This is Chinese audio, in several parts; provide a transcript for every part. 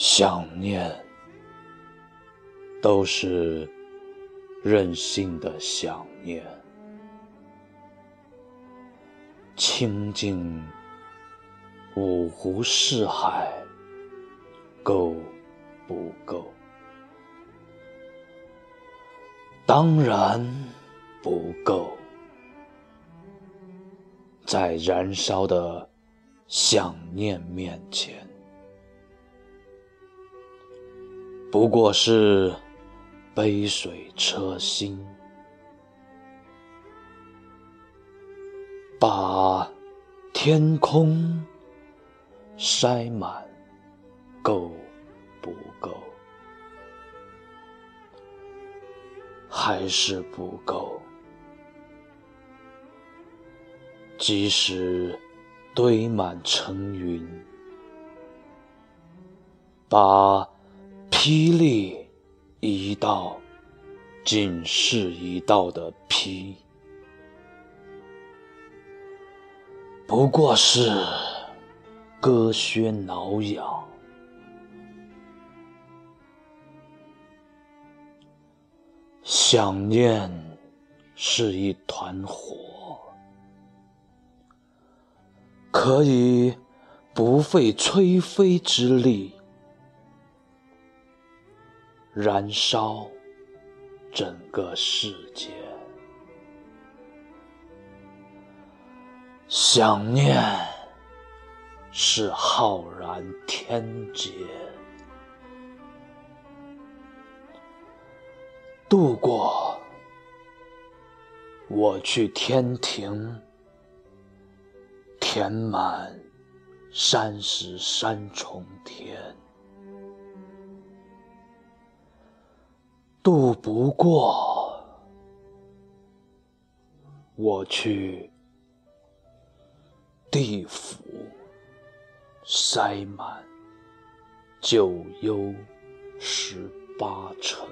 想念，都是任性的想念。倾尽五湖四海，够不够？当然不够。在燃烧的想念面前，不过是杯水车薪，把天空塞满，够不够？还是不够。即使堆满层云，把霹雳一道仅是一道的劈，不过是割靴挠痒。想念是一团火，可以不费吹灰之力燃烧整个世界。想念是浩然天劫，渡过我去天庭，填满33重天。渡不过我去地府，塞满九幽18层。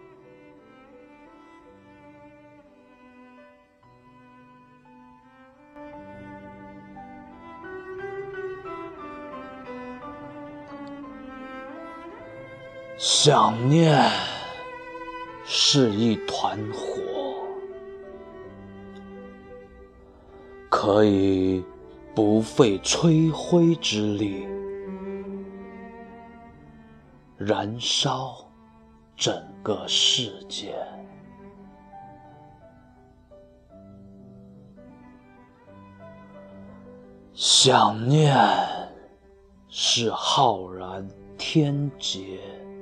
想念是一团火，可以不费吹灰之力燃烧整个世界。想念是浩然天劫，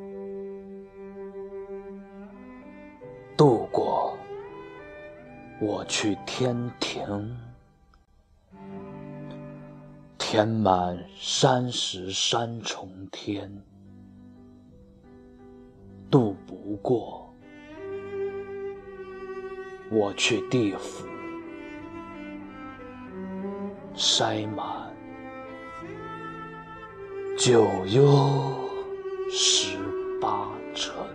渡过我去天庭，填满33重天。渡不过我去地府，塞满九幽18层。